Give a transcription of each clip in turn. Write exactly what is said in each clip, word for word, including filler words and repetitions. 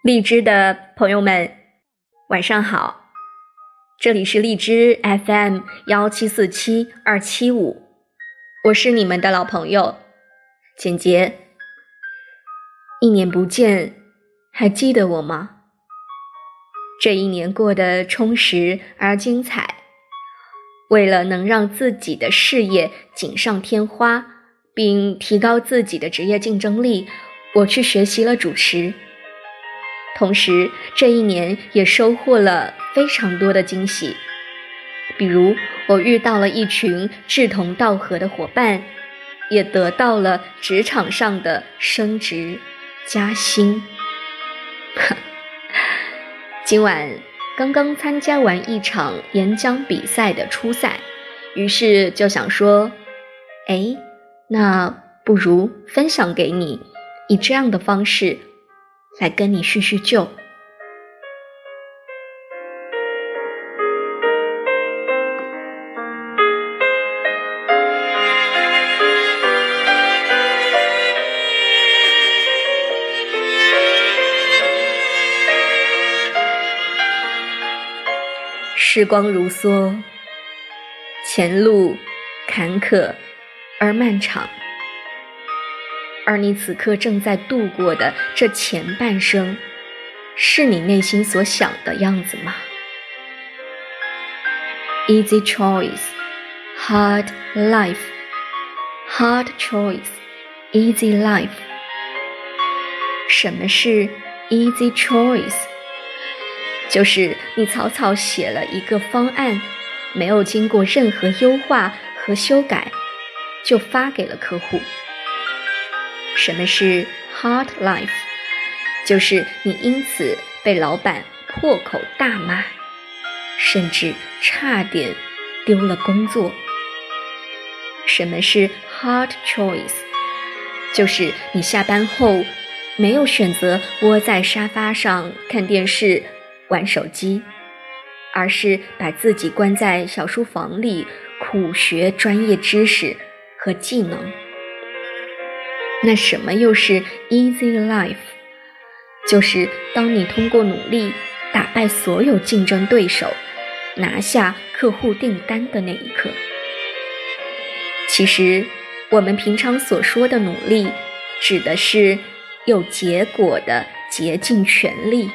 荔枝的朋友们，晚上好，这里是荔枝 F M 一七四七二七五，我是你们的老朋友简洁。一年不见，还记得我吗？这一年过得充实而精彩，为了能让自己的事业锦上添花，并提高自己的职业竞争力，我去学习了主持。同时这一年也收获了非常多的惊喜，比如我遇到了一群志同道合的伙伴，也得到了职场上的升职加薪。今晚刚刚参加完一场演讲比赛的初赛，于是就想说，诶，那不如分享给你，以这样的方式来跟你叙叙旧。时光如梭，前路坎坷而漫长，而你此刻正在度过的这前半生，是你内心所想的样子吗？ Easy choice, hard life. Hard choice, easy life. 什么是 easy choice？ 就是你草草写了一个方案，没有经过任何优化和修改，就发给了客户。什么是 hard life？ 就是你因此被老板破口大骂，甚至差点丢了工作。什么是 hard choice？ 就是你下班后没有选择窝在沙发上看电视玩手机，而是把自己关在小书房里苦学专业知识和技能。那什么又是 easy life？ 就是当你通过努力打败所有竞争对手，拿下客户订单的那一刻。其实我们平常所说的努力，指的是有结果的竭尽全力。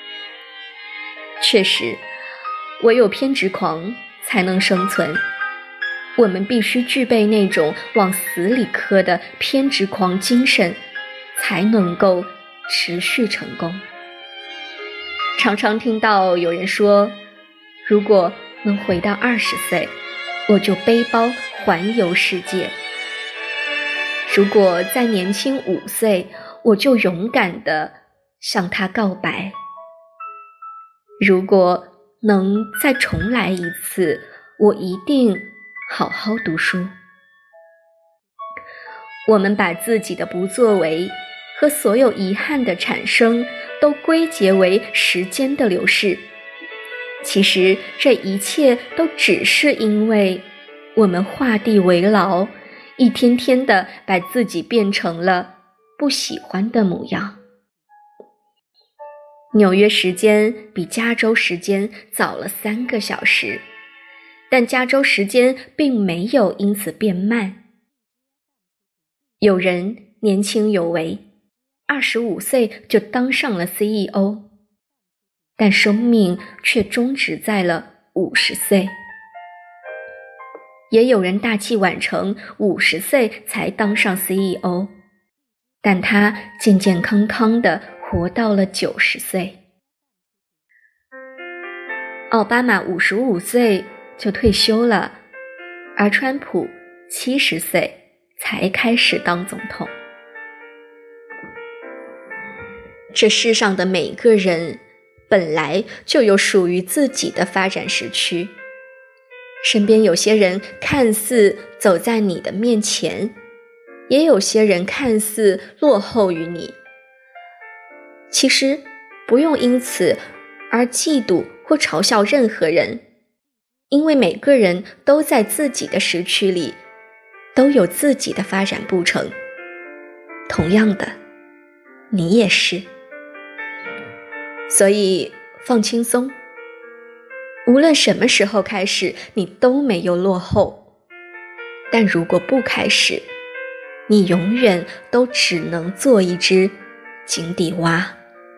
确实，唯有偏执狂才能生存。我们必须具备那种往死里磕的偏执狂精神，才能够持续成功。常常听到有人说，如果能回到二十岁，我就背包环游世界。如果再年轻五岁，我就勇敢地向他告白。如果能再重来一次，我一定好好读书。我们把自己的不作为和所有遗憾的产生都归结为时间的流逝。其实这一切都只是因为我们画地为牢，一天天地把自己变成了不喜欢的模样。纽约时间比加州时间早了三个小时，但加州时间并没有因此变慢。有人年轻有为，二十五岁就当上了 C E O， 但生命却终止在了五十岁。也有人大器晚成，五十岁才当上 C E O， 但他健健康康地活到了九十岁。奥巴马五十五岁就退休了，而川普七十岁才开始当总统。这世上的每个人本来就有属于自己的发展时区，身边有些人看似走在你的面前，也有些人看似落后于你。其实不用因此而嫉妒或嘲笑任何人，因为每个人都在自己的时区里，都有自己的发展步程。同样的，你也是。 所以放轻松，无论什么时候开始，你都没有落后。但如果不开始，你永远都只能做一只井底蛙。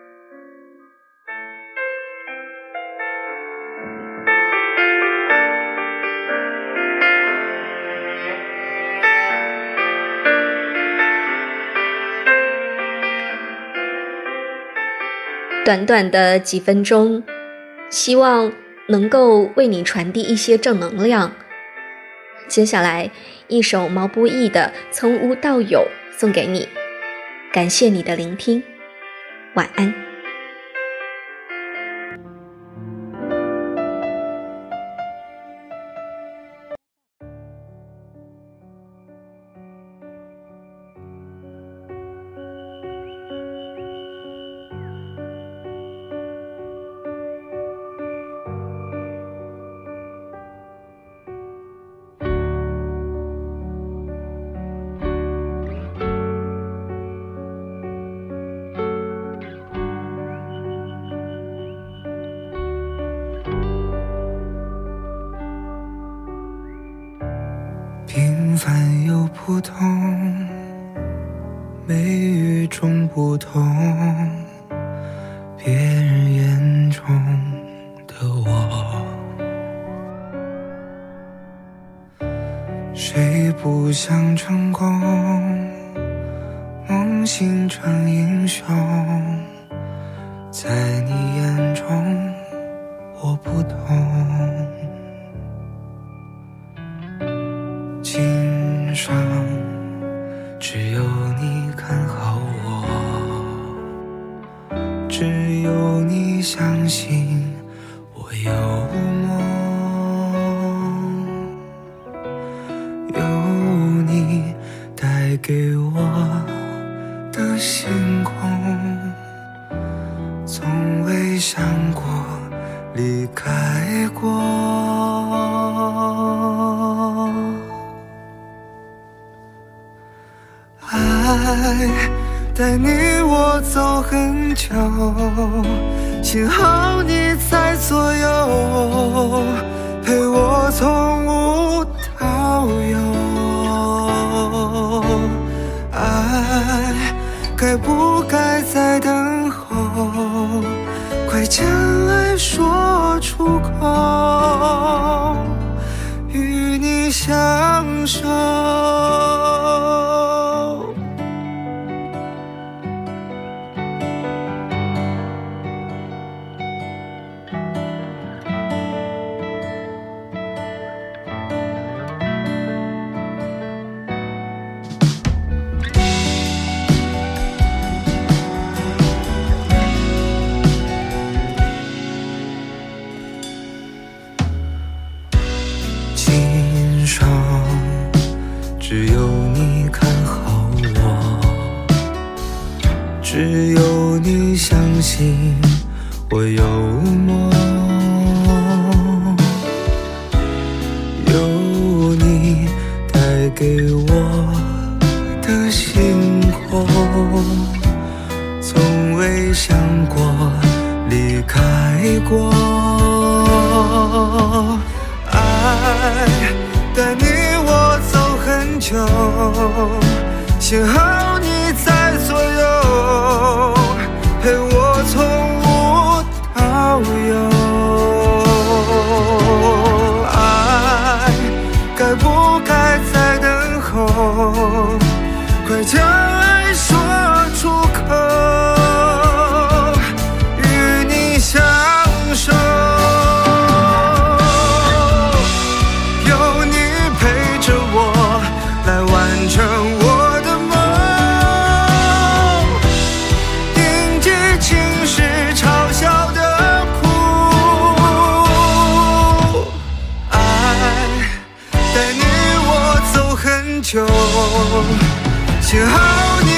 短短的几分钟，希望能够为你传递一些正能量。接下来一首毛不易的《从无到有》送给你，感谢你的聆听，晚安。 平凡又普通，美与众不同，别人眼中的我，谁不想成功，梦醒成英雄，在你眼中我不同。今生只有你看好我，只有你相信我有梦，有你带给我的星空，从未想过离开过。爱带你我走很久，幸好你在左右，陪我从无到有。爱该不该再等候，快将爱说出口，与你相守。只有你看好我，只有你相信我有梦，有你带给我的星空，从未想过离开过。爱带你我走很久，幸好你在左右，陪我从无到有。爱该不该再等候，快将爱说出口，与你相守。幸好你